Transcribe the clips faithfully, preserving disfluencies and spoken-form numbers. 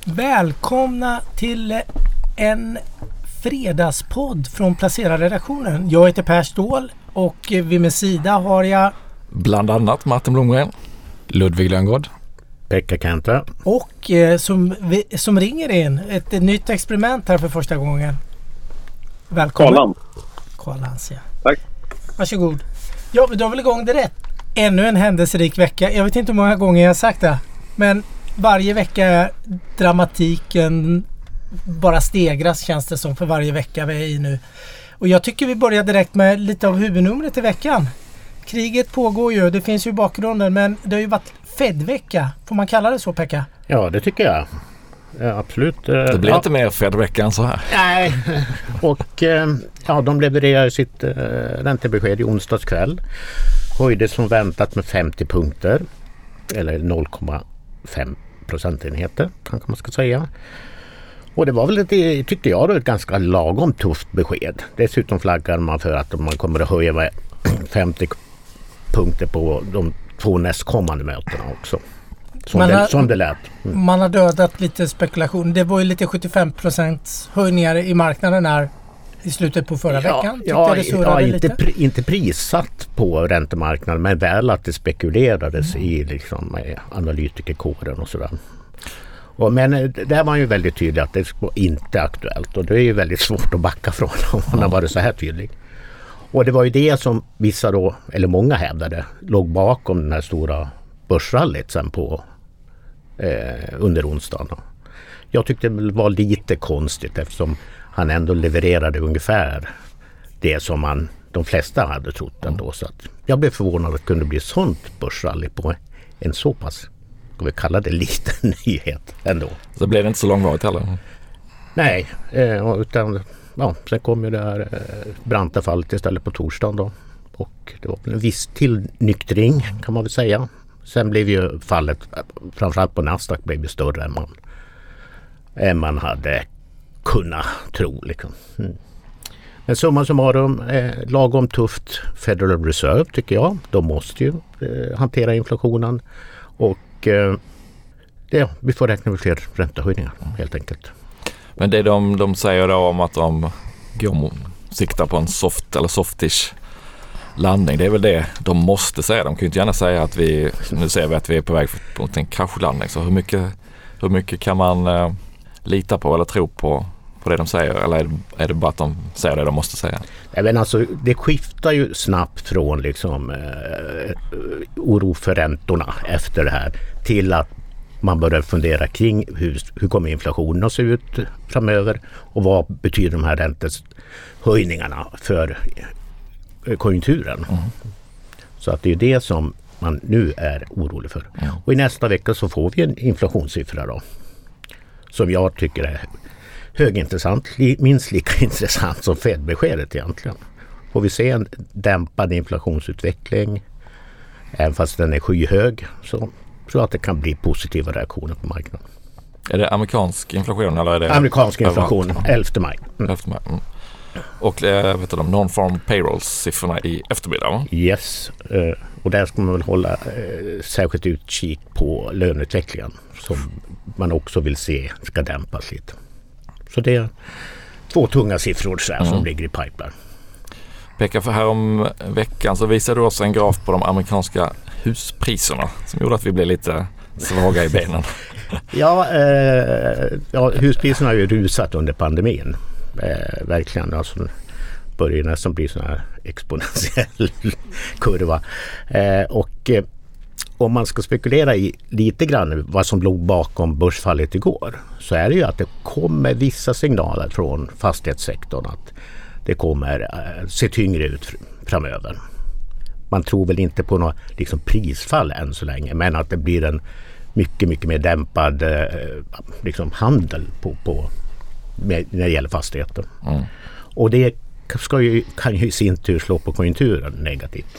Välkomna till en fredagspodd från Placera-redaktionen. Jag heter Per Ståhl och vid min sida har jag bland annat Martin Blomgren, Ludvig Löngård, Pekka Kanta och eh, som, vi, som ringer in ett, ett nytt experiment här för första gången. Välkommen. Karlan. Karlans, ja. Tack. Varsågod. Ja, vi drar väl igång direkt. Ännu en händelserik vecka. Jag vet inte hur många gånger jag har sagt det, men varje vecka är dramatiken bara stegras, känns det som, för varje vecka vi är i nu. Och jag tycker vi börjar direkt med lite av huvudnumret i veckan. Kriget pågår ju, det finns ju bakgrunden, men det har ju varit Fed-vecka. Får man kalla det så, Pekka? Ja, det tycker jag. Ja, absolut. Det blir ja. inte mer Fed-vecka än så här. Nej, och ja, de levererar sitt äh, räntebesked i onsdags kväll. Höjdes som väntat med femtio punkter, eller noll komma fem procentenheter kanske man ska säga. Och det var väl lite, tyckte jag, ett ganska lagom tufft besked. Dessutom flaggar man för att man kommer att höja med femtio punkter på de två nästkommande mötena också. Som, man det, har, som det lät. Mm. Man har dödat lite spekulation. Det var ju lite sjuttiofem procent höjningar i marknaden här i slutet på förra ja, veckan. Ja, det ja inte, lite. Pri, inte prissatt på räntemarknaden, men väl att det spekulerades mm. i liksom, analytikerkåren och sådär. Och, men där var ju väldigt tydligt att det var inte aktuellt, och det är ju väldigt svårt att backa från om man har varit så här tydlig. Och det var ju det som vissa då, eller många hävdade, låg bakom den här stora börsrallyt sen på eh, under onsdagen. Jag tyckte det var lite konstigt eftersom han ändå levererade ungefär det som man, de flesta hade trott ändå. Så att jag blev förvånad att det kunde bli sånt börsrally på en så pass, ska vi kalla det, liten nyhet ändå. Så blev det inte så långvarigt heller? Nej, eh, utan ja, sen kom ju det här eh, branta fallet istället på torsdagen då. Och det var en viss tillnyktring kan man väl säga. Sen blev ju fallet, framförallt på Nasdaq, blev ju större än man, än man hade kunnat tro. Liksom. Mm. Men summa summarum, eh, lagom tufft Federal Reserve tycker jag. De måste ju eh, hantera inflationen. Och eh, ja, vi får räkna med fler räntehöjningar helt enkelt. Men det de, de säger då om att de går, siktar på en soft eller softish landning, det är väl det de måste säga. De kan ju inte gärna säga att vi, nu ser vi att vi är på väg mot en kraschlandning. Så hur mycket, hur mycket kan man eh, lita på eller tro på, på det de säger? Eller är det, är det bara att de säger det de måste säga? Ja, men alltså, det skiftar ju snabbt från liksom, eh, oro för räntorna efter det här till att man börjar fundera kring hur, hur kommer inflationen att se ut framöver och vad betyder de här ränteshöjningarna för konjunkturen. Mm. Så att det är det som man nu är orolig för. Mm. Och i nästa vecka så får vi en inflationssiffra då, som jag tycker är högintressant, minst lika intressant som Fed-beskedet egentligen. Får vi se en dämpad inflationsutveckling, även fast den är skyhög, så tror jag att det kan bli positiva reaktioner på marknaden. Är det amerikansk inflation eller är det amerikansk inflation elfte maj? Mm. elfte maj. Mm. Och äh, vet du, de non-farm payrolls-siffrorna i eftermiddag, va? Yes, uh, och där ska man väl hålla uh, särskilt utkik på löneutvecklingen som man också vill se ska dämpas lite. Så det är två tunga siffror så här, mm. som ligger i pipeline. Pekka, för här om veckan så visade du oss en graf på de amerikanska huspriserna som gjorde att vi blev lite svaga i benen. ja, eh, ja, huspriserna har ju rusat under pandemin. Eh, verkligen, alltså börjar nästan bli sån här exponentiell kurva. Eh, och eh, om man ska spekulera i lite grann vad som låg bakom börsfallet igår, så är det ju att det kommer vissa signaler från fastighetssektorn att det kommer eh, se tyngre ut framöver. Man tror väl inte på något liksom, prisfall än så länge, men att det blir en mycket, mycket mer dämpad eh, liksom, handel på, på, med, när det gäller fastigheter. Mm. Och det ska ju, kan ju i sin tur slå på konjunkturen negativt.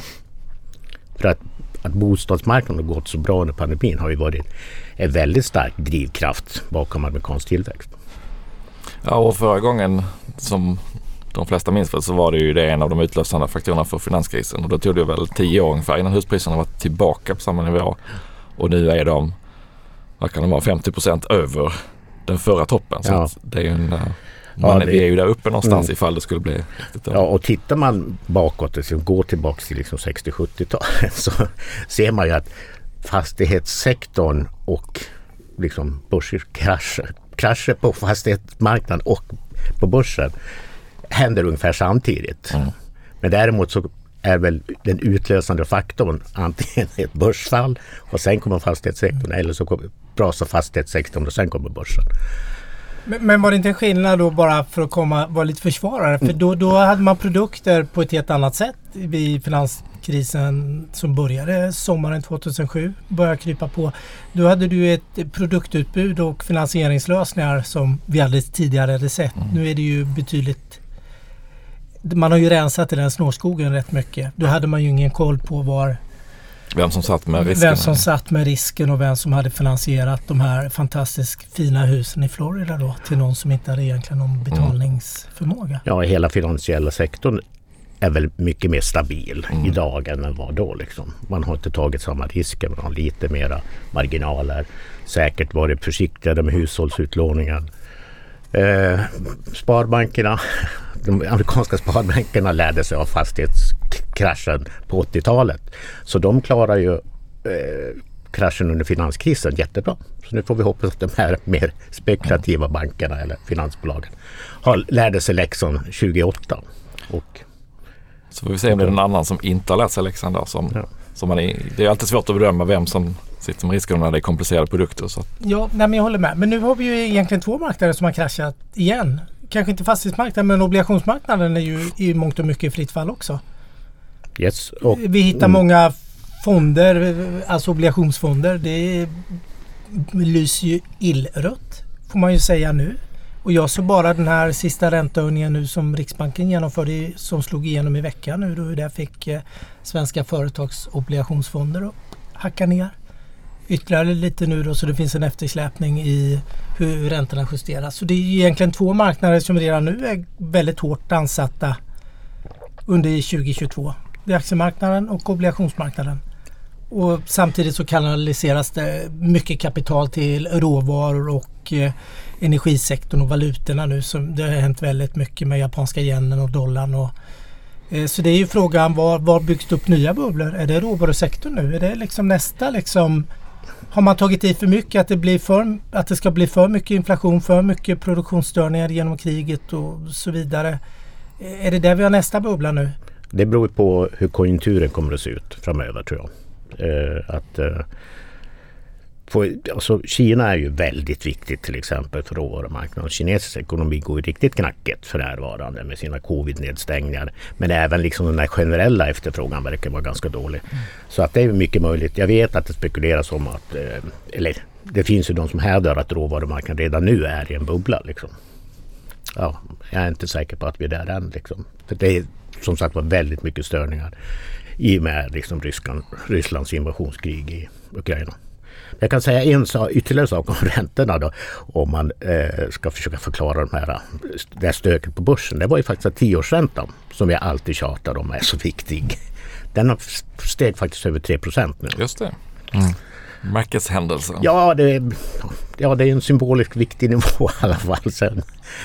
För att, att bostadsmarknaden har gått så bra under pandemin har ju varit en väldigt stark drivkraft bakom amerikansk tillväxt. Ja, och förra gången som de flesta minns väl, så var det ju det en av de utlösande faktorerna för finanskrisen. Och då tog det väl tio år ungefär innan huspriserna var tillbaka på samma nivå. Och nu är de, vad kan de vara, femtio procent över den förra toppen. Så Ja. att det är ju en, man, Ja, det- vi är ju där uppe någonstans Mm. ifall det skulle bli riktigt. Ja, och tittar man bakåt, liksom, går tillbaka till liksom sextio-sjuttiotalet så ser man ju att fastighetssektorn och liksom börskrascher krascher på fastighetsmarknaden och på börsen händer ungefär samtidigt. Mm. Men däremot så är väl den utlösande faktorn antingen ett börsfall och sen kommer fastighetssektorn eller så kommer, brasar fastighetssektorn och sen kommer börsen. Men, men var det inte en skillnad då bara för att komma vara lite försvarare? För då, då hade man produkter på ett helt annat sätt vid finanskrisen som började sommaren tjugohundrasju, började krypa på. Då hade du ett produktutbud och finansieringslösningar som vi aldrig tidigare hade sett. Mm. Nu är det ju betydligt... Man har ju rensat i den snårskogen rätt mycket. Då hade man ju ingen koll på var... Vem som satt med risken. Vem som satt med risken och vem som hade finansierat de här fantastiskt fina husen i Florida då till någon som inte hade egentligen någon betalningsförmåga. Ja, hela finansiella sektorn är väl mycket mer stabil Mm. idag än den var då. Liksom. Man har inte tagit samma risker, man har lite mera marginaler. Säkert varit försiktigare med hushållsutlåningen. Eh, sparbankerna, de amerikanska sparbankerna lärde sig av fastighetskraschen på åttiotalet. Så de klarar ju eh, kraschen under finanskrisen jättebra. Så nu får vi hoppas att de här mer spekulativa bankerna eller finansbolagen har lärde sig läxan tjugoåtta. Och Så får vi se om det är någon annan som inte har lärt sig läxan där. Som, Ja. som man är, det är alltid svårt att bedöma vem som sitter med risken när det är komplicerade produkter. Så att, Ja, nej, men jag håller med. Men nu har vi ju egentligen två marknader som har kraschat igen. Kanske inte fastighetsmarknaden, men obligationsmarknaden är ju i mångt och mycket i fritt fall också. yes, och Vi hittar många fonder, alltså obligationsfonder. Det lyser ju illrött, får man ju säga nu. Och jag såg bara den här sista räntehöjningen nu som Riksbanken genomförde, som slog igenom i veckan nu. Då, där fick eh, svenska företagsobligationsfonder att hacka ner ytterligare lite nu då, så det finns en eftersläpning i hur räntorna justeras. Så det är egentligen två marknader som redan nu är väldigt hårt ansatta under tjugohundratjugotvå. Det är aktiemarknaden och obligationsmarknaden. Och samtidigt så kanaliseras det mycket kapital till råvaror och eh, energisektorn och valutorna nu. Som det har hänt väldigt mycket med japanska yenen och dollarn. Och, eh, så det är ju frågan, var, var byggs det upp nya bubblor? Är det råvarusektorn nu? Är det liksom nästa liksom... Har man tagit i för mycket att det, blir för, att det ska bli för mycket inflation, för mycket produktionsstörningar genom kriget och så vidare? Är det där vi har nästa bubbla nu? det beror på hur konjunkturen kommer att se ut framöver, tror jag. Eh, att, eh, för, alltså, Kina är ju väldigt viktigt till exempel för råvarumarknaden. Kinesisk ekonomi går ju riktigt knackigt för närvarande med sina covid-nedstängningar. Men även liksom den här generella efterfrågan verkar vara ganska dålig. Mm. Så att det är mycket möjligt. Jag vet att det spekuleras om att, eh, eller det finns ju de som hävdar att råvarumarknaden redan nu är i en bubbla. Liksom. Ja, jag är inte säker på att vi är där än. Liksom. För det är som sagt var väldigt mycket störningar i och med liksom Ryssland, Rysslands invasionskrig i Ukraina. Jag kan säga en sak, ytterligare sak om räntorna då, om man eh, ska försöka förklara de här, det här stöket på börsen. Det var ju faktiskt att tioårsräntan, som jag alltid tjatar om är så viktig. Den har steg faktiskt över tre procent nu. Just det. Mm. Märkeshändelsen. Ja, det, ja, det är en symboliskt viktig nivå i alla fall sen.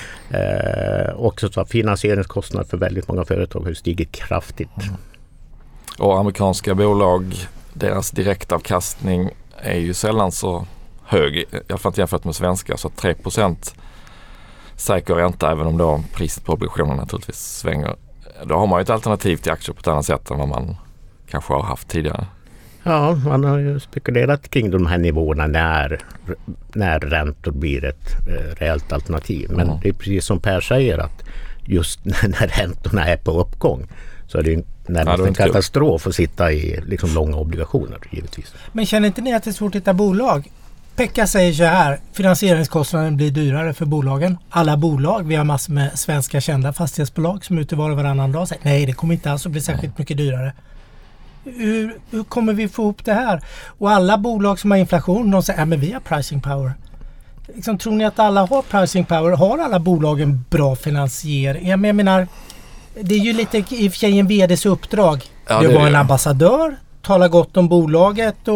Eh, också så att finansieringskostnader för väldigt många företag har stigit kraftigt. Mm. Och amerikanska bolag, deras direktavkastning är ju sällan så hög, i alla fall inte jämfört med svenska, så tre procent säker ränta, även om då priset på obligationer naturligtvis svänger. Då har man ju ett alternativ till aktier på ett annat sätt än vad man kanske har haft tidigare. Ja, man har ju spekulerat kring de här nivåerna när, när räntor blir ett eh, reellt alternativ. Men mm. det är precis som Per säger, att just när räntorna är på uppgång så är det ju närmast ja, en katastrof att sitta i liksom långa obligationer, givetvis. Men känner inte ni att det är svårt att hitta bolag? Pekka säger så här, finansieringskostnaden blir dyrare för bolagen. Alla bolag, vi har massor med svenska kända fastighetsbolag som ute var och varannan dag säger nej, det kommer inte alls att bli särskilt mycket dyrare. Hur, hur kommer vi få ihop det här? Och alla bolag som har inflation, de säger ja, men vi har pricing power. Liksom, tror ni att alla har pricing power? Har alla bolagen bra finansiering? Jag menar, det är ju lite i och för sig en vd:s uppdrag. Ja, det, det var en ambassadör, tala gott om bolaget och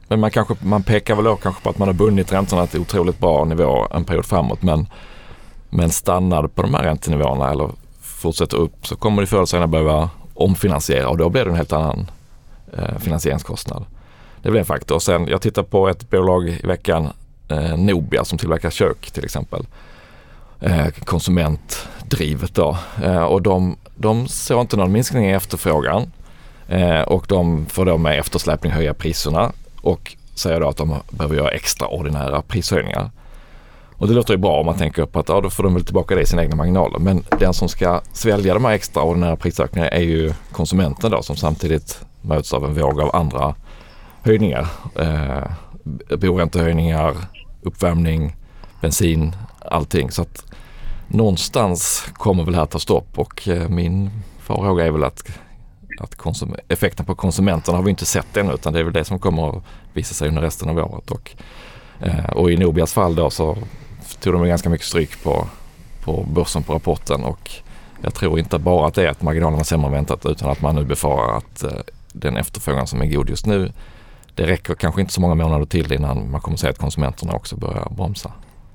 Men man, kanske, man pekar väl då kanske på att man har bundit räntorna till otroligt bra nivå en period framåt. Men, men stannar på de här räntenivåerna eller fortsätter upp så kommer det förr eller senare behöva omfinansiera och då blir det en helt annan eh, finansieringskostnad. Det blir en faktor. Och sen, jag tittar på ett bolag i veckan, eh, Nobia, som tillverkar kök till exempel. Eh, konsumentdrivet då. Eh, och de, de såg inte någon minskning i efterfrågan. Eh, och de får då med eftersläpning höja priserna och säger då att de behöver göra extraordinära prishöjningar. Och det låter ju bra om man tänker på att ja, då får de väl tillbaka det i sina egna marginaler. Men den som ska svälja de här extraordinära prisökningarna är ju konsumenten då, som samtidigt möts av en våg av andra höjningar. Eh, boräntehöjningar, uppvärmning, bensin, allting. Så att någonstans kommer väl här ta stopp och eh, min farhåga är väl att, att konsum- effekten på konsumenterna har vi inte sett ännu, utan det är väl det som kommer att visa sig under resten av året. Och, eh, och i Nobias fall då så tog de ganska mycket stryk på, på börsen på rapporten och jag tror inte bara att det är att marginalerna är sämre väntat utan att man nu befarar att eh, den efterfrågan som är god just nu, det räcker kanske inte så många månader till innan man kommer att säga att konsumenterna också börjar bromsa.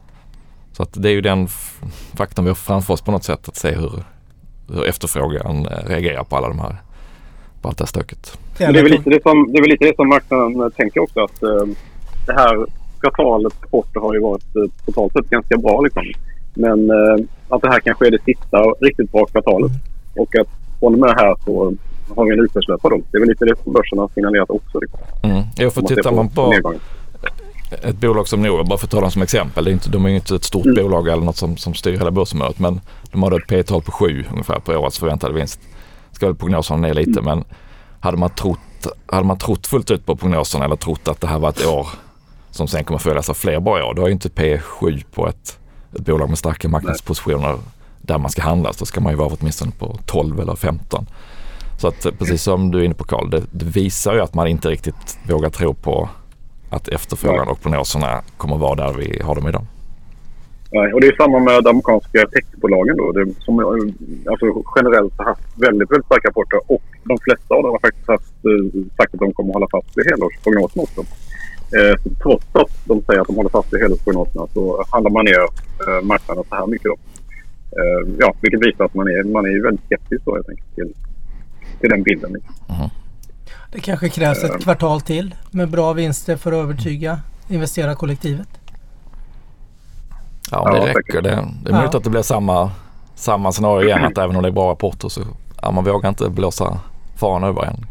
Så att det är ju den f- faktorn vi har framför oss på något sätt, att se hur, hur efterfrågan reagerar på alla de här, på allt det här stöket. Det är väl lite det som, det är väl lite det som marknaden tänker också, att eh, det här kvartalet rapporter har ju varit eh, totalt sett ganska bra liksom. Men eh, att det här kanske är det sista riktigt bra kvartalet och att från och med här så har vi en utförslöp på dem. Det är väl lite det som börsen har signalerat också. Liksom. Mm. Jag får titta man på nedgången. Ett bolag som Nova, bara för att ta dem som exempel, det är inte, de är ju inte ett stort mm. bolag eller något som, som styr hela börsområdet, men de har ett P E-tal på sju ungefär på årets förväntade vinst. Ska väl prognoserna ner lite, mm. men hade man, trott, hade man trott fullt ut på prognoserna eller trott att det här var ett år som sen kommer följas av fler bra år, då är ju inte P sju på ett, ett bolag med starka marknadspositioner Nej. Där man ska handlas, då ska man ju vara åtminstone på tolv eller femton. Så att precis som du är inne på Carl, det, det visar ju att man inte riktigt vågar tro på att efterfrågan och prognoserna kommer vara där vi har dem idag. Nej, och det är samma med de amerikanska techbolagen då, det, som alltså, generellt har haft väldigt, väldigt starka rapporter och de flesta av dem har faktiskt haft, sagt att de kommer att hålla fast vid helårsprognosen också. Eh, så trots att de säger att de håller fast vid helårsprognoserna så handlar man ner eh, marknaden så här mycket då. Eh, ja, vilket visar att man är, man är väldigt skeptisk då, jag tänker, till, till den bilden. Mm. Det kanske krävs ett kvartal till med bra vinster för att övertyga investerarkollektivet. Ja, det ja, räcker. Det, det är möjligt ja. att det blir samma, samma scenario igen, att även om det är bra rapporter så ja, man vågar inte blåsa faran över än.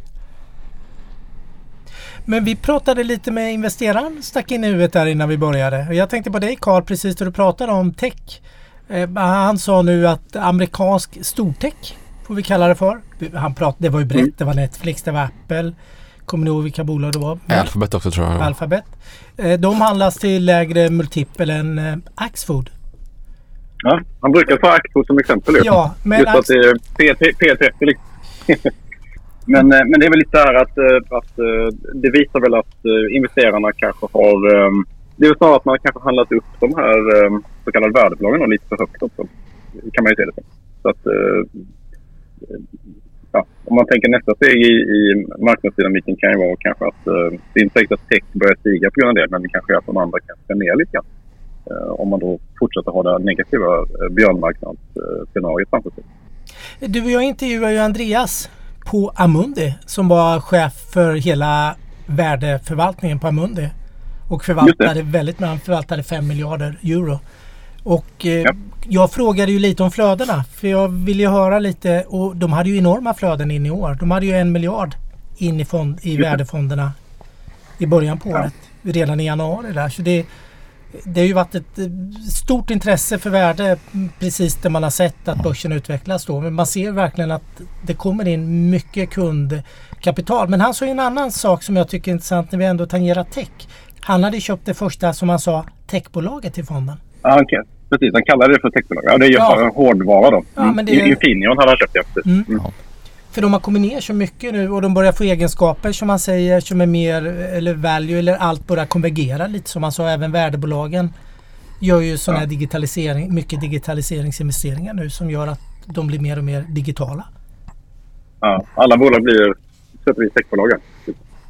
Men vi pratade lite med investeraren, stack in i huvudet där innan vi började. Jag tänkte på dig Carl, precis när du pratade om tech. Eh, han sa nu att amerikansk stortech får vi kalla det för. Han pratade, det var ju brett, mm. det var Netflix, det var Apple. Kommer ni ihåg vilka bolag det var? Alphabet också tror jag. Alphabet. Eh, de handlas till lägre multipel än eh, Axfood. Ja, man brukar ta Axfood som exempel. Ja, men just Ax- att det är P trettio liksom. Men, men det är väl lite så här att, att det visar väl att investerarna kanske har... Det är väl snarare att man kanske handlat upp de här så kallade värdebolagen lite för högt också. Kan man ju se det. Så att... Ja, om man tänker nästa steg i, i marknadsdynamiken kan ju vara kanske att det är inte säkert att tech börjar stiga på grund av det, men det kanske är att de andra kan ska ner lite grann. Om man då fortsätter ha det negativa björnmarknadsscenariot framför sig. Du och jag intervjuade ju Andreas på Amundi som var chef för hela värdeförvaltningen på Amundi och förvaltade väldigt mycket, han förvaltade fem miljarder euro. Och eh, ja. jag frågade ju lite om flödena för jag ville ju höra lite, och de hade ju enorma flöden in i år. De hade ju en miljard in i, fond, i värdefonderna i början på året, ja. redan i januari där. Så det, det har ju varit ett stort intresse för värde precis där man har sett att börsen utvecklas då. Men man ser verkligen att det kommer in mycket kundkapital. Men han sa ju en annan sak som jag tycker är intressant när vi ändå tangerar tech. Han hade köpt det första, som han sa, techbolaget i fonden. Ja, okej. Okay. Precis, han kallade det för techbolag. Ja, det är ju ja. hårdvara då. Ja, men det är... Infineon hade han köpt det. Mm. Mm. För de har kommit ner så mycket nu och de börjar få egenskaper som man säger som är mer, eller value, eller allt börjar konvergera lite som man sa. Även värdebolagen gör ju sådana ja. här digitalisering, mycket digitaliseringsinvesteringar nu som gör att de blir mer och mer digitala. Ja, alla bolag blir sätter vi techbolagen.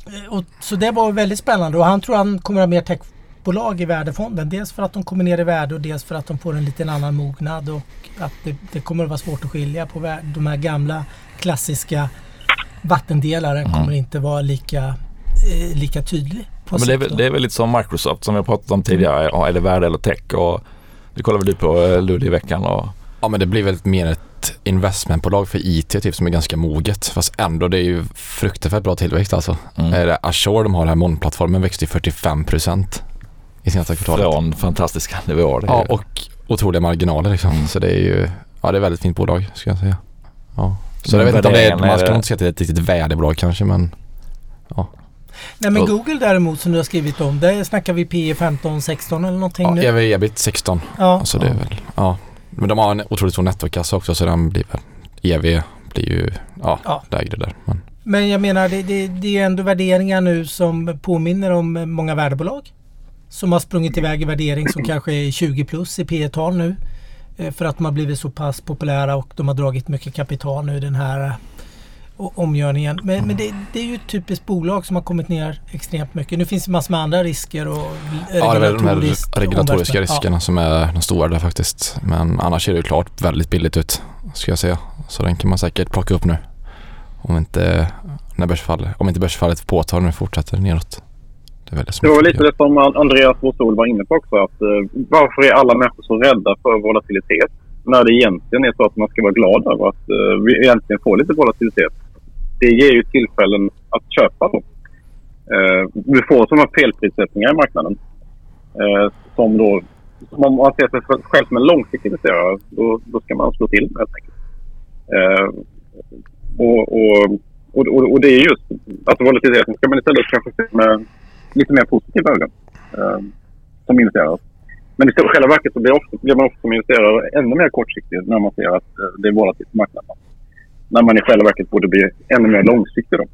Och, så det var väldigt spännande och han tror han kommer ha mer techbolag i värdefonden. Dels för att de kommer ner i värde och dels för att de får en liten annan mognad och att det, det kommer att vara svårt att skilja på värde. De här gamla klassiska vattendelaren mm. kommer inte vara lika, eh, lika tydlig. Ja, men det, är väl, det är väl lite som Microsoft som jag pratat om tidigare. Mm. Är det värde eller tech? Och det kollar väl du på Ludde i veckan. Och... Ja, men det blir väl mer ett investmentbolag för I T typ, som är ganska moget. Fast ändå det är ju fruktansvärt bra tillväxt alltså. Mm. Är det Azure, de har den här molnplattformen, växte i fyrtiofem procent i senaste kvartalet. Från fantastiska nivåer. Ja, och otroliga marginaler liksom. Mm. Så det är ju ja, det är väldigt fint bolag ska jag säga. Ja. Så jag vet inte om det är, man ska inte säga att det är ett riktigt värdebolag kanske, men ja. Nej, men Google däremot som du har skrivit om, där snackar vi P E femton sexton eller någonting ja, nu. Ja, vi är ebit sexton. Ja. Alltså det är väl, ja. Men de har en otroligt stor nettokassa också, så den blir väl, E V blir ju ja, ja. lägre där. Men, men jag menar, det, det, det är ändå värderingar nu som påminner om många värdebolag som har sprungit iväg i värdering som kanske är tjugo plus i P E-tal nu. För att de har blivit så pass populära och de har dragit mycket kapital nu den här omgörningen. Men, mm. men det, det är ju ett typiskt bolag som har kommit ner extremt mycket. Nu finns det massor med andra risker och ja, det är de här regulatoriska riskerna ja. som är de stora där faktiskt. Men annars ser det ju klart väldigt billigt ut, ska jag säga. Så den kan man säkert plocka upp nu. Om inte, när börsfallet, om inte börsfallet påtar nu fortsätter neråt. Det, är det var lite det som Andreas Wåstol var inne på också. Att, uh, varför är alla människor så rädda för volatilitet? När det egentligen är så att man ska vara glad över att uh, vi egentligen får lite volatilitet. Det ger ju tillfällen att köpa då. Uh, vi får sådana felprissättningar i marknaden. Uh, som då, som om man ser sig själv som en långsiktig investerare, då, då ska man slå till helt enkelt. Uh, och, och, och, och, och det är just att volatiliteten ska man istället kanske se med lite mer positiva ögon uh, som investerare. Men i själva verket så blir, ofta, blir man ofta som investerare ännu mer kortsiktig när man ser att uh, det är volatilt på marknaden. När man i själva verket borde bli ännu mer långsiktig då.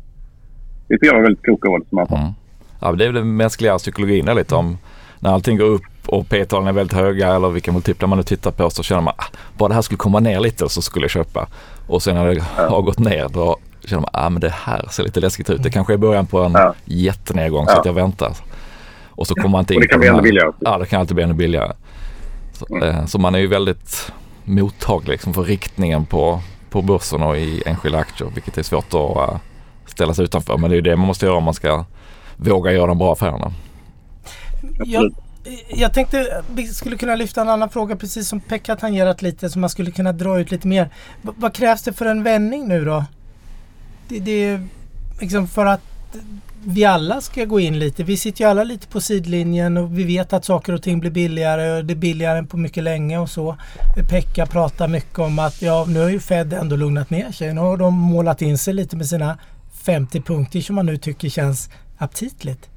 Det tycker jag var väldigt kloka ord som man har. Mm. Ja, det är väl den mänskliga psykologin lite om när allting går upp och P-talen är väldigt höga eller vilka multiplar man nu tittar på, så känner man ah, bara det här skulle komma ner lite så skulle jag köpa. Och sen när det ja. har gått ner då känner man att ah, det här ser lite läskigt ut. Det kanske är början på en ja. jättenedgång så ja. att jag väntar. Och så kommer man inte in. Och det kan bli ännu billigare. Ja, det kan alltid bli ännu billigare. Så, mm. eh, så man är ju väldigt mottaglig liksom, för riktningen på, på börsen och i enskilda aktier, vilket är svårt att uh, ställa sig utanför. Men det är ju det man måste göra om man ska våga göra de bra affärerna. Jag, jag tänkte vi skulle kunna lyfta en annan fråga, precis som Pekka tangerat lite, så man skulle kunna dra ut lite mer. V- vad krävs det för en vändning nu då? Det, det är liksom för att vi alla ska gå in lite. Vi sitter ju alla lite på sidlinjen och vi vet att saker och ting blir billigare och det är billigare än på mycket länge och så. Pekka pratar mycket om att ja, nu har ju Fed ändå lugnat ner sig. Nu har de målat in sig lite med sina femtio punkter som man nu tycker känns aptitligt.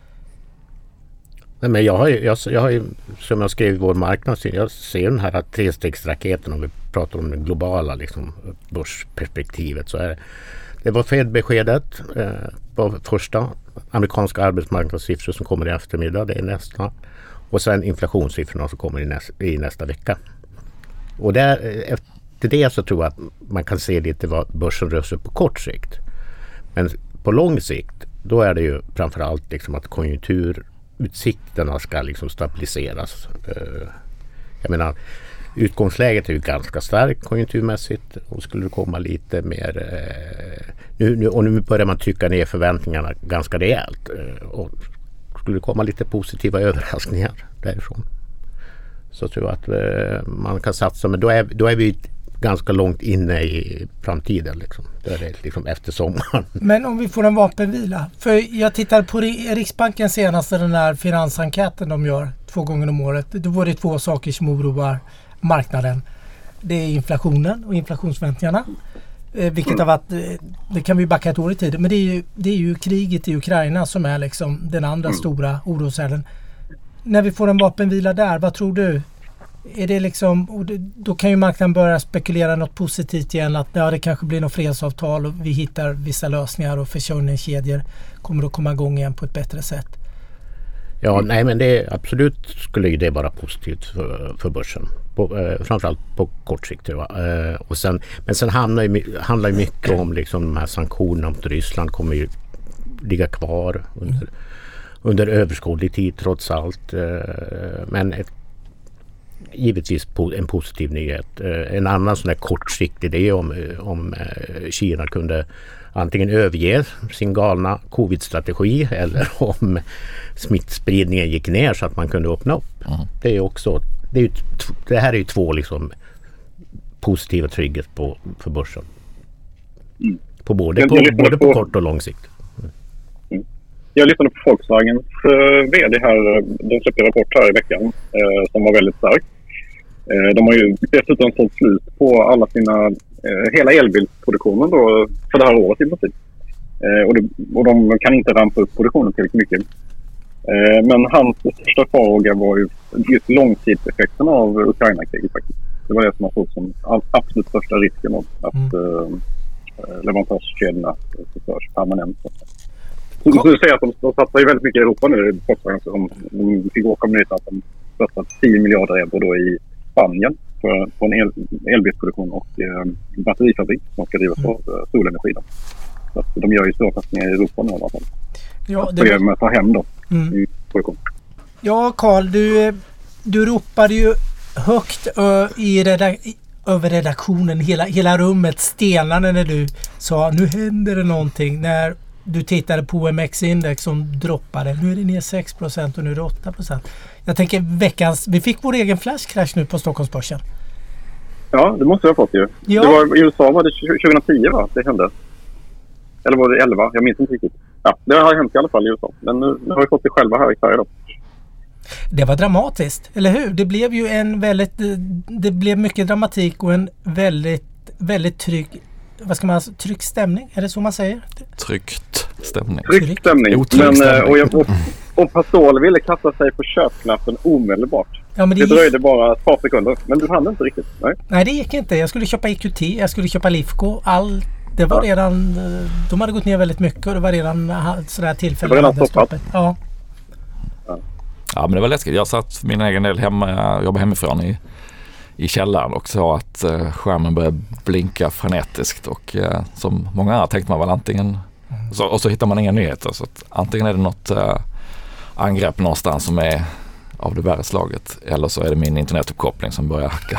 Nej, men jag har ju, jag, jag har ju, som jag skrev i vår marknadssyn, jag ser den här trestegsraketen om vi pratar om det globala liksom, börsperspektivet, så är det Det var Fed-beskedet eh, på första, amerikanska arbetsmarknadssiffror som kommer i eftermiddag, det är nästa. Och sen inflationssiffrorna som kommer i, näs, i nästa vecka. Och där, efter det så tror jag att man kan se lite vad börsen rör sig på kort sikt. Men på lång sikt, då är det ju framförallt liksom att konjunkturutsikterna ska liksom stabiliseras. Eh, jag menar, utgångsläget är ju ganska starkt konjunkturmässigt och skulle det komma lite mer eh, nu, nu, och nu börjar man trycka ner förväntningarna ganska rejält eh, och skulle det komma lite positiva överraskningar därifrån så tror jag att eh, man kan satsa, men då är, då är vi ganska långt inne i framtiden liksom. Då är det liksom efter sommaren. Men om vi får en vapenvila, för jag tittar på Riksbanken senaste, den här finansenkäten de gör två gånger om året, då var det två saker som oroar marknaden. Det är inflationen och inflationsförväntningarna. Eh, vilket har varit, eh, det kan vi backa ett år i tiden, men det är ju, det är ju kriget i Ukraina som är liksom den andra mm. stora oroshärden. När vi får en vapenvila där, vad tror du? Är det liksom, och det, då kan ju marknaden börja spekulera något positivt igen, att ja, det kanske blir något fredsavtal och vi hittar vissa lösningar och försörjningskedjor kommer att komma igång igen på ett bättre sätt. Ja, nej men det absolut skulle det vara positivt för, för börsen. På, eh, framförallt på kort sikt. Eh, och sen, men sen handlar ju, handlar ju mycket om liksom de här sanktionerna mot Ryssland kommer ju ligga kvar under, under överskådlig tid trots allt. Men ett, givetvis en positiv nyhet. En annan sån här kortsiktig det är om, om Kina kunde antingen överge sin galna covid-strategi eller om smittspridningen gick ner så att man kunde öppna upp. Mm. Det är också det, är ju, det här är ju två liksom positiva trygghet på, för börsen. Mm. På både, på, både på, på kort och lång sikt. Mm. Mm. Jag lyssnade på Volkswagens uh, vd här. De släppte en rapport här i veckan uh, som var väldigt stark. Uh, de har ju dessutom sålt slut på alla sina uh, hela elbilsproduktionen då, för det här året i princip. Uh, och, det, och de kan inte rampa upp produktionen tillräckligt mycket. Uh, men hans största fråga var ju just långtidseffekten av Ukraina-kriget faktiskt. Det var det som man såg som absolut största risken av att mm. uh, leverantörskedjorna förstörs permanent. Så du skulle säga att de, de satsar ju väldigt mycket i Europa nu. De, de fick åka med att de satsar tio miljarder euro då i Spanien för, för en el, elbilsproduktion och eh, batterifabrik som ska drivas mm. av eh, solenergi. Då. Så att de gör ju stora satsningar i Europa nu i alla fall. Ja, det var... med ta hem då mm. i produktion. Ja, Carl, du, du ropade ju högt ö, i redak- över redaktionen, hela, hela rummet stenade när du sa nu händer det någonting, när du tittade på O M X-index som droppade. Nu är det ner sex procent och nu är det åtta procent. Jag tänker veckans, vi fick vår egen flashcrash nu på Stockholmsbörsen. Ja, det måste jag ha fått ju. Ja. Det var, i U S A var det tjugohundratio va? Det hände. Eller var det elva? Jag minns inte riktigt. Ja, det har hänt i alla fall i U S A. Men nu, nu har vi fått det själva här i Sverige då. Det var dramatiskt, eller hur? Det blev ju en väldigt, det blev mycket dramatik och en väldigt, väldigt trygg, vad ska man säga, trygg stämning, är det så man säger? Tryckt stämning. Tryckt stämning. Men, stämning. Och, jag, och, och Pastol ville kasta sig på köpknappen omedelbart. Ja, men det, det dröjde gick... bara ett par sekunder, men du hann inte riktigt. Nej. Nej, det gick inte. Jag skulle köpa E Q T, jag skulle köpa Lifco, allt. Det var ja. redan, de hade gått ner väldigt mycket och det var redan sådär tillfälligt. Det var redan stoppat. Ja. Ja, men det var läskigt. Jag satt för min egen del hemma, jag jobbade hemifrån i, i källaren och sa att uh, skärmen började blinka frenetiskt och uh, som många andra tänkte man väl antingen mm. så, och så hittar man inga nyheter så att antingen är det något uh, angrepp någonstans som är av det värre slaget eller så är det min internetuppkoppling som börjar hacka.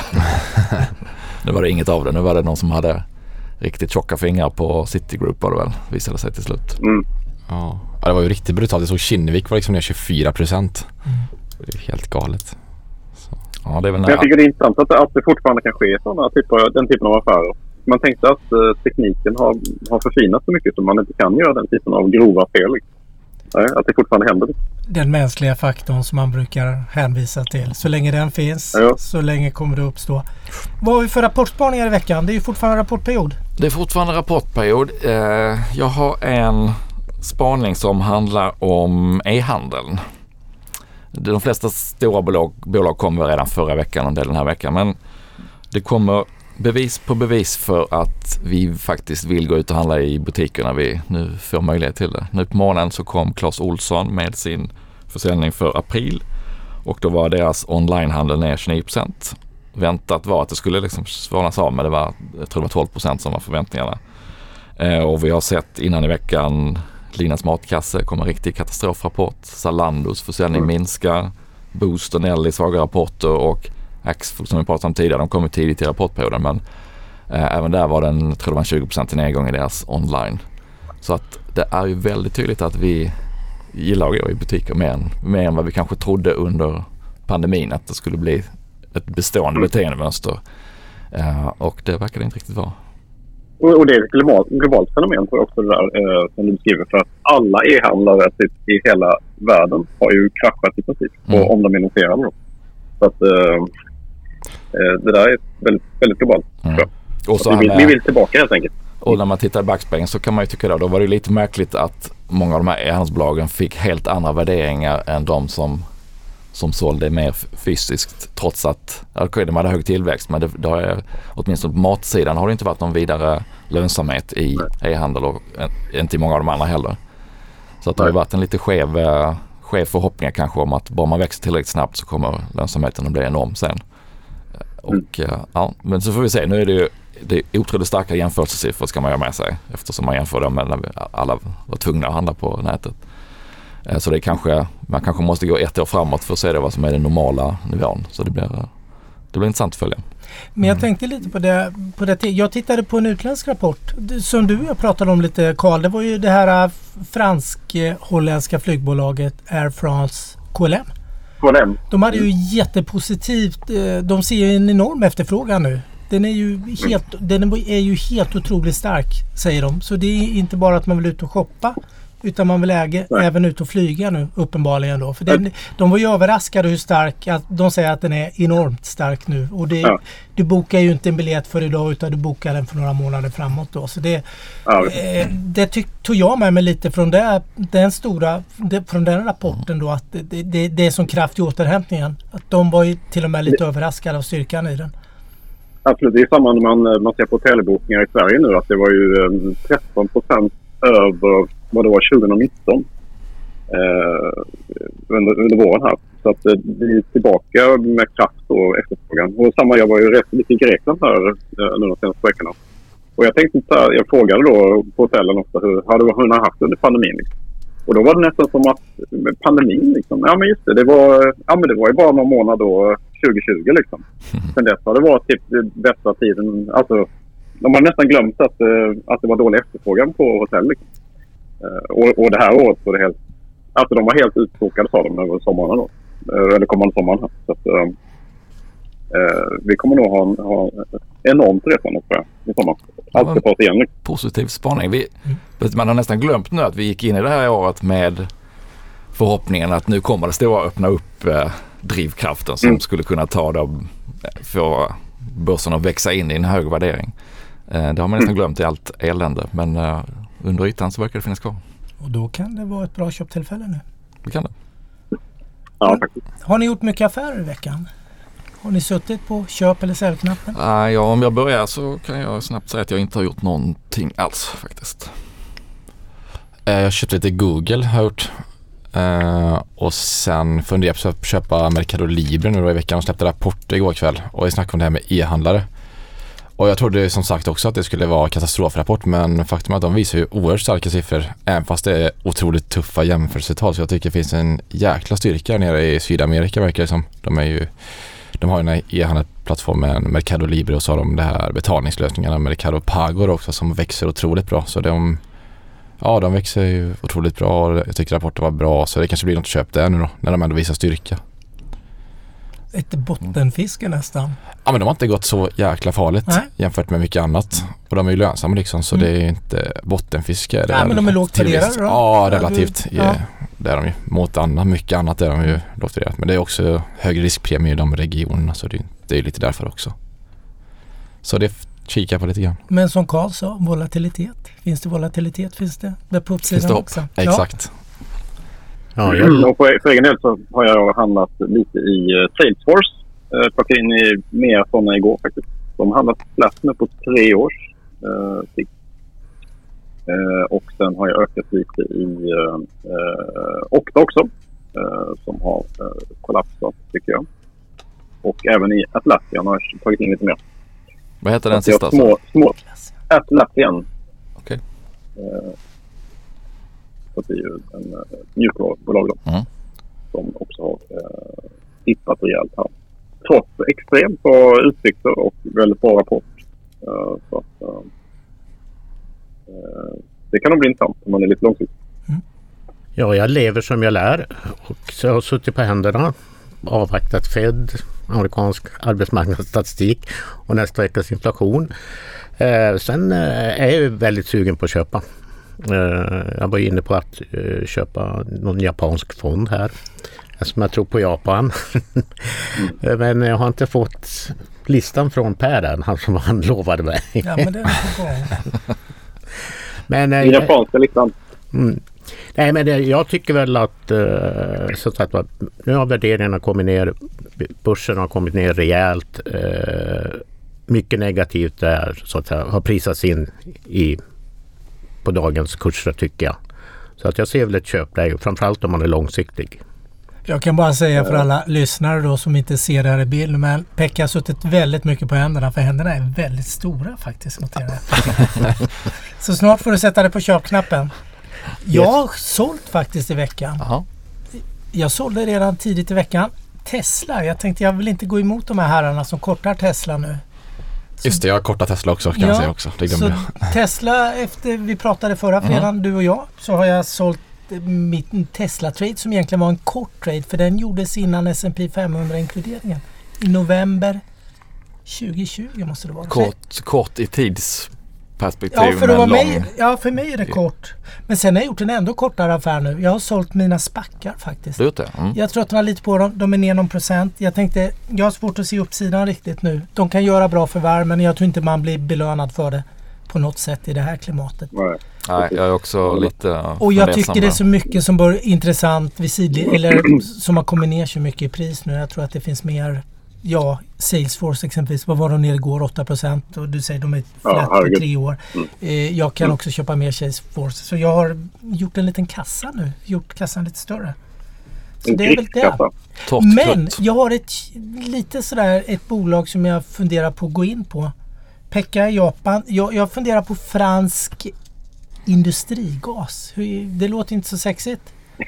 Nu var det inget av det, nu var det någon som hade riktigt tjocka fingrar på Citigroup var det väl, visade sig till slut. Mm. Ja. Ja, det var ju riktigt brutalt. Jag såg Kinnevik var liksom ner tjugofyra procent. Mm. Det är helt galet. Så. Ja, det är väl jag tycker det är intressant att, att det fortfarande kan ske sådana typer, den typen av affärer. Man tänkte att uh, tekniken har, har förfinats så mycket som man inte kan göra den typen av grova fel. Nej, att det fortfarande händer. Den mänskliga faktorn som man brukar hänvisa till. Så länge den finns, ja. så länge kommer det uppstå. Vad har vi för rapportspaningar i veckan? Det är ju fortfarande rapportperiod. Det är fortfarande rapportperiod. Uh, jag har en spaning som handlar om e-handeln. De flesta stora bolag, bolag kommer redan förra veckan och den här veckan, men det kommer bevis på bevis för att vi faktiskt vill gå ut och handla i butikerna vi nu får möjlighet till det. Nu på morgonen så kom Clas Ohlson med sin försäljning för april och då var deras onlinehandel ner tjugonio procent. Väntat var att det skulle liksom svalnas av, men det var, jag tror det var tolv procent som var förväntningarna. Eh, och vi har sett innan i veckan Linas matkasse kommer en riktig katastrofrapport. Zalandos försäljning mm. minskar. Boost och Nelly svaga rapporter och Axfood som vi pratade om tidigare, de kommer tidigt i rapportperioden men eh, även där var den, tror det var en tjugo procent nedgång i deras online. Så att det är ju väldigt tydligt att vi gillar att gå i butiker mer än, mer än vad vi kanske trodde under pandemin att det skulle bli ett bestående mm. beteendemönster. Eh, och det verkar det inte riktigt vara. Och det är ett globalt, globalt fenomen tror jag också det där eh, som du beskriver, för att alla e-handlare i hela världen har ju kraschat i princip mm. och om de är noterade då. Så att eh, det där är väldigt, väldigt globalt. Mm. Och så vi, vill, vi vill tillbaka helt enkelt. Och när man tittar i backspegeln så kan man ju tycka då, då var det lite märkligt att många av de här e-handelsbolagen fick helt andra värderingar än de som som sålde mer fysiskt trots att okay, de hade hög tillväxt, men det, det har, åtminstone på matsidan har det inte varit någon vidare lönsamhet i e-handel och inte i många av de andra heller. Så att det har varit en lite skev, skev förhoppning kanske om att bara man växer tillräckligt snabbt så kommer lönsamheten att bli enorm sen. Och, mm. ja, men så får vi se, nu är det ju det är otroligt starka jämförelsesiffror ska man göra med sig eftersom man jämför dem med när alla var tvungna att handla på nätet. Så det är kanske, man kanske måste gå ett år framåt för att se det vad som är den normala nivån. Så det blir, det blir intressant att följa. Men jag tänkte lite på det, på det. Jag tittade på en utländsk rapport som du och jag pratade om lite, Carl. Det var ju det här fransk-holländska flygbolaget Air France K L M. K L M. De hade ju jättepositivt, de ser ju en enorm efterfrågan nu. Den är ju helt, den är ju helt otroligt stark, säger de. Så det är inte bara att man vill ut och shoppa, utan man vill äga, även ut och flyga nu, uppenbarligen då. För den, de var ju överraskade hur stark, att de säger att den är enormt stark nu. Och det, ja. Du bokar ju inte en biljett för idag, utan du bokar den för några månader framåt då. Så det, ja. eh, det tyck, tog jag med mig lite från, det, den stora, det, från den rapporten då, att det, det, det är som kraft i återhämtningen. Att de var ju till och med lite det. överraskade av styrkan i den. Absolut, det är samma när man, man ser på hotellbokningar i Sverige nu, att det var ju tretton procent över vad det var tjugonitton eh, under, under våren här. Så att eh, vi är tillbaka med kraft och efterfrågan. Och samma, jag var ju rätt lite i Grekland här eh, nu de senaste veckorna. Och jag tänkte så här, jag frågade då på hotellen ofta hur har du hur haft under pandemin liksom. Och då var det nästan som att pandemin liksom, ja men just det, det var, ja men det var ju bara någon månad då tjugohundratjugo liksom. Sen dess har det varit typ bästa tiden, alltså de har nästan glömt att, att det var dålig efterfrågan på hotell liksom. Och, och det här året var det helt, alltså de var helt utbokade sa de över sommaren då, eller kommande sommaren här. Så att, eh, vi kommer nog ha, ha enormt resande tror jag i sommar. Allt ska tas igen. Positiv spaning. Vi, man har nästan glömt nu att vi gick in i det här året med förhoppningen att nu kommer det stora öppna upp eh, drivkraften som mm. skulle kunna ta dem för börsen att växa in i en hög värdering. Eh, det har man nästan glömt i allt elände, men eh, under ytan så verkar det finnas kvar. Och då kan det vara ett bra köptillfälle nu. Det kan det. Ja, faktiskt. Har ni gjort mycket affärer i veckan? Har ni suttit på köp- eller säljknappen? Uh, ja, om jag börjar så kan jag snabbt säga att jag inte har gjort någonting alls faktiskt. Uh, jag köpte lite Google har jag gjort. Uh, och sen funderade jag på att köpa Mercado Libre nu då i veckan och släppte rapport igår kväll. Och jag snackade om det här med e-handlare. Och jag trodde som sagt också att det skulle vara katastrofrapport, men faktum är att de visar ju oerhört starka siffror även fast det är otroligt tuffa jämförelsetal. Så jag tycker det finns en jäkla styrka nere i Sydamerika verkar det som. De är ju De har ju den här e-handelsplattformen Mercado Libre och så har de det här betalningslösningarna Mercado Pago också som växer otroligt bra. Så de, ja, de växer ju otroligt bra och jag tycker rapporten var bra, så det kanske blir något köp där nu då när de ändå visar styrka. Ett bottenfiske nästan. Ja, men de har inte gått så jäkla farligt Nej. jämfört med mycket annat. Och de är ju lönsamma liksom, så mm. det är inte bottenfiske. Nej, men de är lågt värderade då? Ja, relativt. Ja. Ja. Det är de ju. Mot annat, mycket annat är de ju lågt värderade. Men det är också högre riskpremie i de regionerna, så det, det är lite därför också. Så det kikar på lite grann. Men som Carl sa, volatilitet. Finns det volatilitet? Finns det där på uppsidan också? Exakt. Ja. Ja, jag... mm. Och för, för egen del så har jag handlat lite i uh, Salesforce. Uh, plockade in i mer sådana igår faktiskt. De har handlat plats nu på tre års uh, sikt. Uh, och sen har jag ökat lite i uh, uh, Okta också. Uh, som har uh, kollapsat tycker jag. Och även i Atlassian har jag tagit in lite mer. Vad heter den sista? Små, små Atlassian. Okej. Okay. Uh, Så det är ju en uh, mjukvarubolag då, mm. som också har uh, tippat rejält här. Trots extremt bra utsikter och väldigt bra rapport. Uh, så att, uh, uh, det kan nog bli intressant om man är lite långsiktig. Mm. Ja, jag lever som jag lär och så jag har suttit på händerna, avvaktat Fed, amerikansk arbetsmarknadsstatistik och nästa veckas inflation. Uh, sen uh, är jag ju väldigt sugen på att köpa. Jag var inne på att uh, köpa någon japansk fond här eftersom jag tror på Japan. Mm. Men jag har inte fått listan från Per än, han som han lovade mig. Ja, men det är inte bra. Men uh, japanska listan. Mm. Nej, men det, jag tycker väl att uh, så att nu har värderingarna kommit ner, börsen har kommit ner rejält. Uh, mycket negativt där så att säga har prisats in i på dagens kurser tycker jag. Så att jag ser väl ett köpläge, framförallt om man är långsiktig. Jag kan bara säga för alla lyssnare då som inte ser det här i bild, men Pekka har suttit väldigt mycket på händerna, för händerna är väldigt stora faktiskt. Så snart får du sätta dig på köpknappen. Jag har sålt faktiskt i veckan. Aha. Jag sålde redan tidigt i veckan Tesla. Jag tänkte jag vill inte gå emot de här herrarna som kortar Tesla nu. Så, just det, jag har kortat Tesla också kan ja, jag säga också. Det så jag. Tesla, efter vi pratade förra fredagen, mm. du och jag, så har jag sålt min Tesla-trade som egentligen var en kort trade, för den gjordes innan S and P femhundra-inkluderingen. I november tjugohundratjugo måste det vara. Kort, kort i tidsperspektiv. Ja, för, det var lång... mig, ja, för mig är det kort. Men sen har jag gjort en ändå kortare affär nu. Jag har sålt mina spackar faktiskt. Du det? Mm. Jag tröttnar lite på dem. De är ner någon procent. Jag tänkte, jag har svårt att se uppsidan riktigt nu. De kan göra bra förvärv, men jag tror inte man blir belönad för det på något sätt i det här klimatet. Nej. Nej, jag är också lite... Och jag tycker det är så mycket som bör intressant vid sidled, eller som har kommit ner så mycket i pris nu. Jag tror att det finns mer, ja, Salesforce exempelvis, vad var de ner igår? åtta procent, och du säger de är flat ja, på tre år. Mm. Eh, jag kan mm. också köpa mer Salesforce. Så jag har gjort en liten kassa nu, gjort kassan lite större. Så en det är väl det. Torrt, Men jag har ett lite sådär, ett bolag som jag funderar på att gå in på. Pekka i Japan. Jag, jag funderar på fransk industrigas. Det låter inte så sexigt.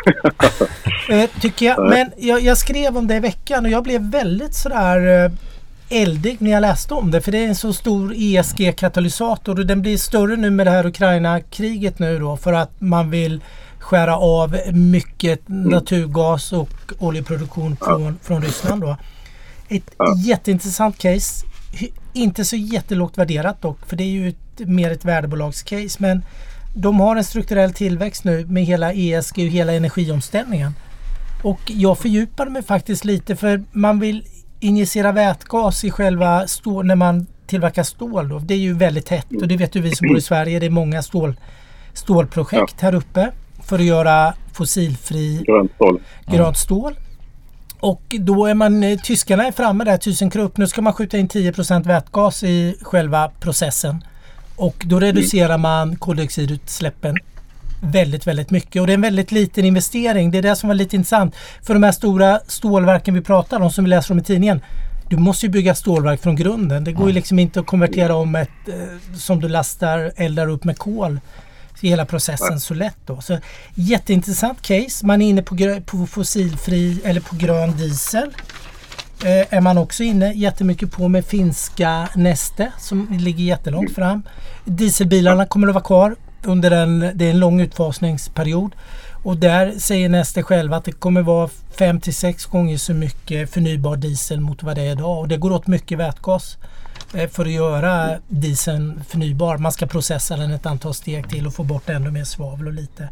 eh, tycker jag. Men jag, jag skrev om det i veckan och jag blev väldigt sådär eh, eldig när jag läste om det. För det är en så stor E S G-katalysator och den blir större nu med det här Ukraina-kriget nu då, för att man vill skära av mycket naturgas och oljeproduktion från, från Ryssland då. Ett jätteintressant case. Inte så jättelågt värderat dock, för det är ju ett, mer ett värdebolagscase, men de har en strukturell tillväxt nu med hela E S G och hela energiomställningen. Och jag fördjupade mig faktiskt lite, för man vill injicera vätgas i själva stål när man tillverkar stål då. Det är ju väldigt hett, och det vet ju vi som bor i Sverige, det är många stål, stålprojekt ja. här uppe för att göra fossilfri grönt stål. Grönt stål. Och då är man, tyskarna är framme där, tusen krupp. Nu ska man skjuta in tio procent vätgas i själva processen. Och då reducerar man koldioxidutsläppen väldigt, väldigt mycket. Och det är en väldigt liten investering. Det är det som var lite intressant. För de här stora stålverken vi pratar om, som vi läser om i tidningen. Du måste ju bygga stålverk från grunden. Det går ju liksom inte att konvertera om ett eh, som du lastar, eldar upp med kol. I hela processen så lätt då. Så jätteintressant case. Man är inne på, grö- på fossilfri eller på grön diesel. Eh, är man också inne jättemycket på med finska Neste som ligger jättelångt fram. Dieselbilarna kommer att vara kvar under en, det är en lång utfasningsperiod. Och där säger Neste själva att det kommer vara fem till sex gånger så mycket förnybar diesel mot vad det är idag. Och det går åt mycket vätgas för att göra dieseln förnybar. Man ska processa den ett antal steg till och få bort ännu mer svavel och lite.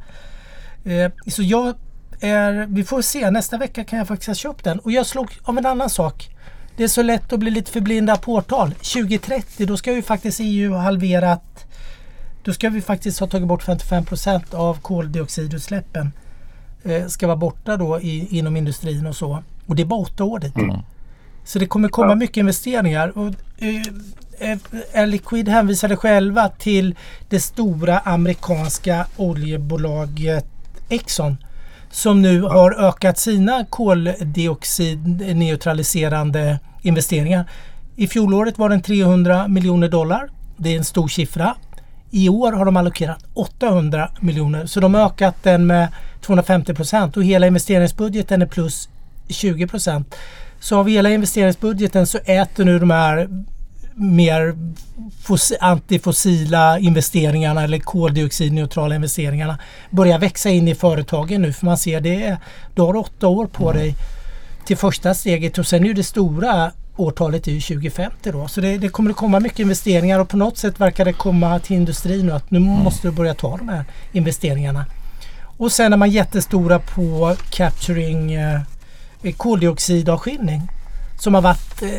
Så jag är, vi får se, nästa vecka kan jag faktiskt ha köpt den. Och jag slog av en annan sak. Det är så lätt att bli lite förblinda på årtal. tjugo trettio, då ska ju faktiskt E U ha halverat, då ska vi faktiskt ha tagit bort femtiofem procent av koldioxidutsläppen. Ska vara borta då i, inom industrin och så. Och det är bara åtta år dit. Mm. Så det kommer komma mycket investeringar. Och, eh, Air Liquide hänvisade själva till det stora amerikanska oljebolaget Exxon, som nu har ökat sina koldioxidneutraliserande investeringar. I fjolåret var den trehundra miljoner dollar. Det är en stor siffra. I år har de allokerat åttahundra miljoner. Så de har ökat den med tvåhundrafemtio procent och hela investeringsbudgeten är plus tjugo procent. Så av hela investeringsbudgeten så äter nu de här mer fos- antifossila investeringarna eller koldioxidneutrala investeringarna börjar växa in i företagen nu, för man ser det, du har åtta år på dig till första steget och sen är ju det stora årtalet är ju tjugo femtio då, så det, det kommer att komma mycket investeringar och på något sätt verkar det komma till industrin nu att nu måste du börja ta de här investeringarna. Och sen är man jättestora på capturing eh, koldioxidavskiljning som har varit eh,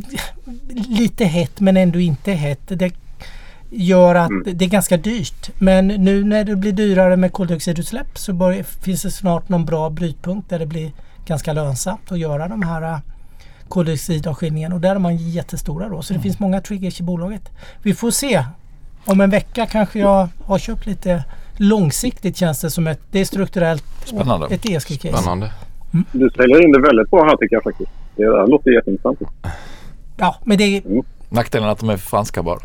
lite hett men ändå inte hett. Det gör att mm. det är ganska dyrt. Men nu när det blir dyrare med koldioxidutsläpp så bör, finns det snart någon bra brytpunkt där det blir ganska lönsamt att göra de här koldioxidavskiljningen. Och där är man jättestora då. Så det mm. finns många triggers i bolaget. Vi får se. Om en vecka kanske jag har köpt lite långsiktigt, känns det som ett, det är strukturellt. Spännande. Ett E S G-case. Spännande. Mm. Du säljer in det väldigt bra här tycker jag faktiskt. Det där låter jätteintressant. Ja, men det är... Mm. Nackdelen att de är franska bara.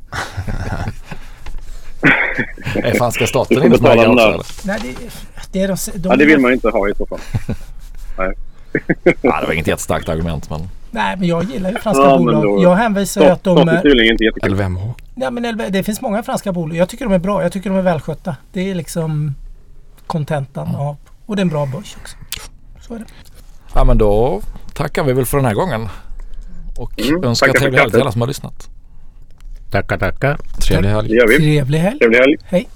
Är franska staten inne på det också? Nej, det, det är de, de... Ja, det vill man inte ha i så fall. Nej. Ja, det var inget jättestarkt argument, men... Nej, men jag gillar ju franska ja, bolag. Då, jag hänvisar ju att de är... är L V M H. Ja, men det finns många franska bolag. Jag tycker de är bra. Jag tycker de är välskötta. Det är liksom kontentan mm. av... Och det är en bra börs också. Så är det. Ja, men då tackar vi väl för den här gången. Och mm, önskar trevlig helg till alla som har lyssnat. Tackar, tackar. Trevlig helg. Det gör vi. Trevlig helg. Trevlig helg. Hej.